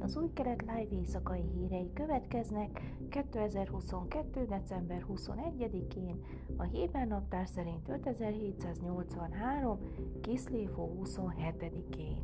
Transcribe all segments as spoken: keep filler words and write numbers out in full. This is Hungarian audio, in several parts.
Az Új Kelet Live éjszakai hírei következnek kétezer-huszonkettő. december huszonegyedikén, a héber naptár szerint ötezer-hétszáznyolcvanhárom. Kiszlév hó huszonhetedikén.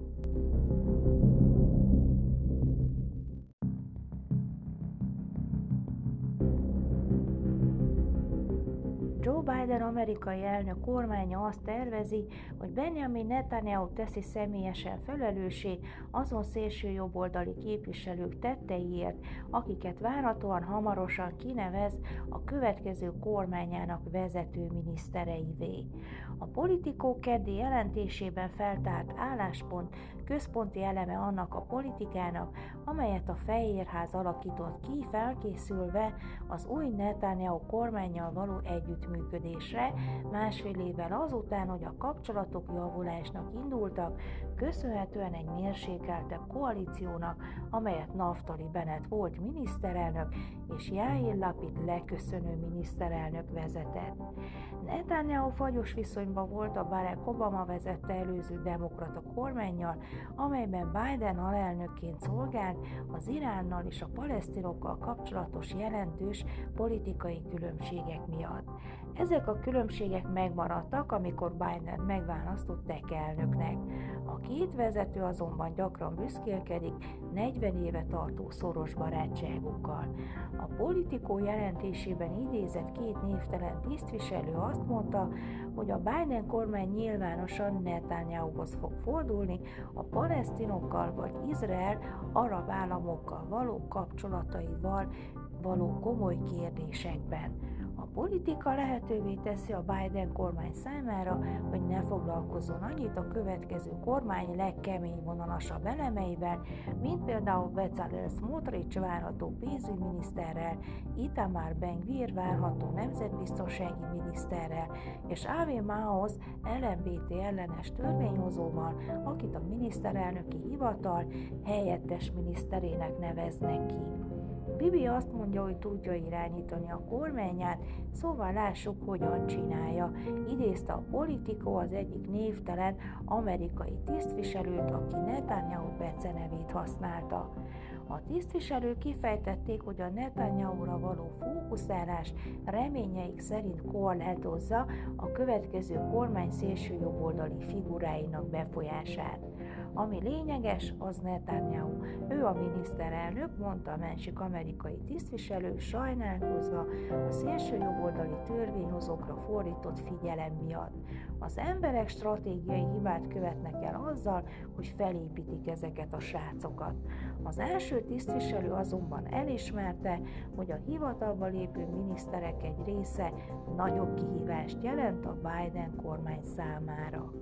Joe Biden amerikai elnök kormánya azt tervezi, hogy Benjamin Netanyahu teszi személyesen felelőssé azon szélsőjobboldali képviselők tetteiért, akiket várhatóan hamarosan kinevez a következő kormányának vezető minisztereivé. A Politico keddi jelentésében feltárt álláspont központi eleme annak a politikának, amelyet a Fehérház alakított ki, felkészülve az új Netanyahu kormánnyal való együttműködésre, másfél évvel azután, hogy a kapcsolatok javulásnak indultak, köszönhetően egy mérsékeltebb koalíciónak, amelyet Naftali Bennett volt miniszterelnök és Yair Lapid leköszönő miniszterelnök vezetett. Netanyahu fagyos viszonyban volt a Barack Obama vezette előző demokrata kormánnyal, amelyben Biden alelnökként szolgált az Iránnal és a palesztinokkal kapcsolatos jelentős politikai különbségek miatt. Ezek a különbségek megmaradtak, amikor Biden megválasztották elnöknek. A két vezető azonban gyakran büszkélkedik negyven éve tartó szoros barátságukkal. A Politico jelentésében idézett két névtelen tisztviselő azt mondta, hogy a Biden kormány nyilvánosan Netanyahuhoz fog fordulni a palesztinokkal vagy Izrael arab államokkal való kapcsolataival való komoly kérdésekben. A politika lehetővé teszi a Biden kormány számára, hogy ne foglalkozzon annyit a következő kormány legkeményvonalasabb elemeivel, mint például Bezalel Smotrich várható pénzügyminiszterrel, Itamar Ben-Gvir várható nemzetbiztonsági miniszterrel, és Avi Maoz el em bé té ellenes törvényhozóval, akit a miniszterelnöki hivatal helyettes miniszterének neveznek ki. Bibi azt mondja, hogy tudja irányítani a kormányát, szóval lássuk, hogyan csinálja. Idézte a Politico az egyik névtelen amerikai tisztviselőt, aki Netanyahu becenevét használta. A tisztviselők kifejtették, hogy a Netanyahura való fókuszálás reményeik szerint korlátozza a következő kormány szélsőjobboldali figuráinak befolyását. Ami lényeges, az Netanyahu. Ő a miniszterelnök, mondta a másik amerikai tisztviselő, sajnálkozva a szélsőjobboldali törvényhozókra fordított figyelem miatt. Az emberek stratégiai hibát követnek el azzal, hogy felépítik ezeket a srácokat. Az első tisztviselő azonban elismerte, hogy a hivatalba lépő miniszterek egy része nagyobb kihívást jelent a Biden kormány számára.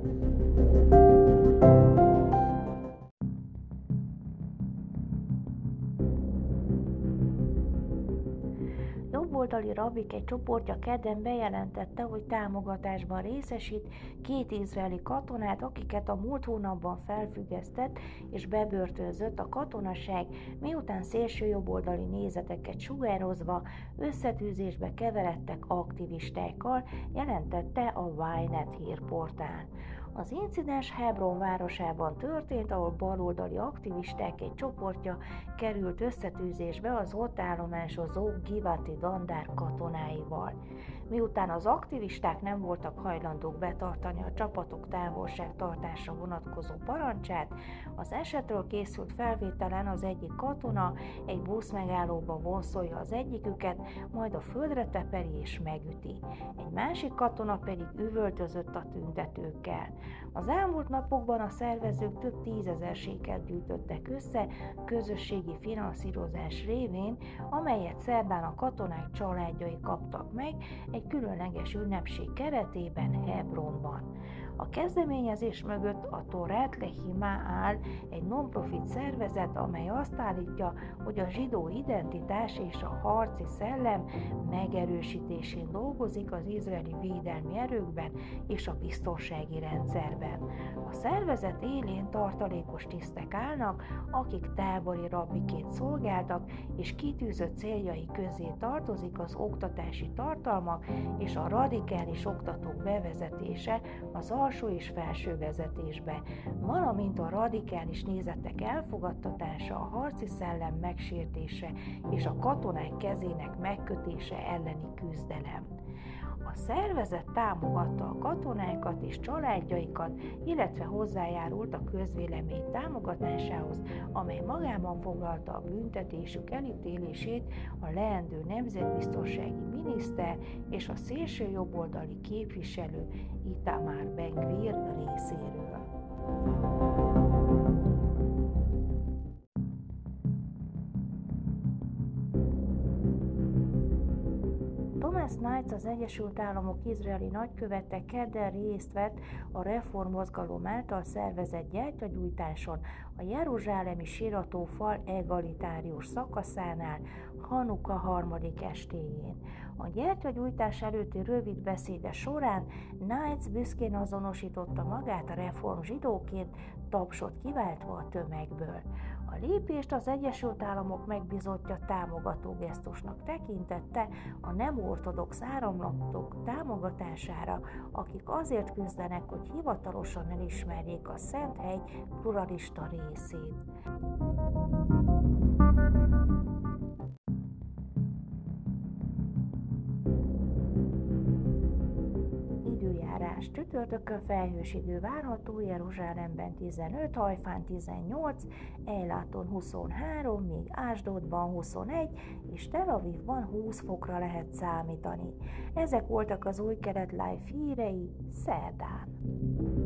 Jobboldali rabik egy csoportja kedden bejelentette, hogy támogatásban részesít két izraeli katonát, akiket a múlt hónapban felfüggesztett és bebörtönzött a katonaság, miután szélsőjobboldali nézeteket sugározva összetűzésbe keveredtek aktivistákkal, jelentette a Ynet hírportál. Az incidens Hebron városában történt, ahol baloldali aktivisták egy csoportja került összetűzésbe az ott állomásozó Givati Dandár katonáival. Miután az aktivisták nem voltak hajlandók betartani a csapatok távolságtartásra vonatkozó parancsát, az esetről készült felvételen az egyik katona egy buszmegállóba vonszolja az egyiküket, majd a földre teperi és megüti. Egy másik katona pedig üvöltözött a tüntetőkkel. Az elmúlt napokban a szervezők több tízezer sékelt gyűjtöttek össze közösségi finanszírozás révén, amelyet szerdán a katonák családjai kaptak meg egy különleges ünnepség keretében Hebronban. A kezdeményezés mögött a Torat Lehima áll, egy non-profit szervezet, amely azt állítja, hogy a zsidó identitás és a harci szellem megerősítésén dolgozik az izraeli védelmi erőkben és a biztonsági rendszerben. rendszerben. A szervezet élén tartalékos tisztek állnak, akik tábori rabbiként szolgáltak, és kitűzött céljai közé tartozik az oktatási tartalmak és a radikális oktatók bevezetése az alsó és felső vezetésbe, valamint a radikális nézetek elfogadtatása, a harci szellem megsértése és a katonák kezének megkötése elleni küzdelem. A szervezet támogatta a katonákat és családjaikat, illetve hozzájárult a közvélemény támogatásához, amely magában foglalta a büntetésük elítélését a leendő nemzetbiztonsági miniszter és a szélsőjobboldali képviselő Itamar Ben-Gvir részéről. Thomas Knight, az Egyesült Államok izraeli nagykövete kedden részt vett a reformmozgalom által szervezett gyertyagyújtáson a jeruzsálemi síratófal egalitárius szakaszánál Hanuka harmadik estéjén. A gyertyagyújtás előtti rövid beszéde során Knight büszkén azonosította magát a reform zsidóként, tapsot kiváltva a tömegből. A lépést az Egyesült Államok megbízottja támogató gesztusnak tekintette a nem ortodox áramlatok támogatására, akik azért küzdenek, hogy hivatalosan elismerjék a Szenthely pluralista részét. Csütörtökön felhős idő várható, Jeruzsálemben tizenöt, Hajfán tizennyolc, Eiláton huszonhárom, míg Ásdodban huszonegy és Tel Avivban húsz fokra lehet számítani. Ezek voltak az Új Kelet Live hírei szerdán.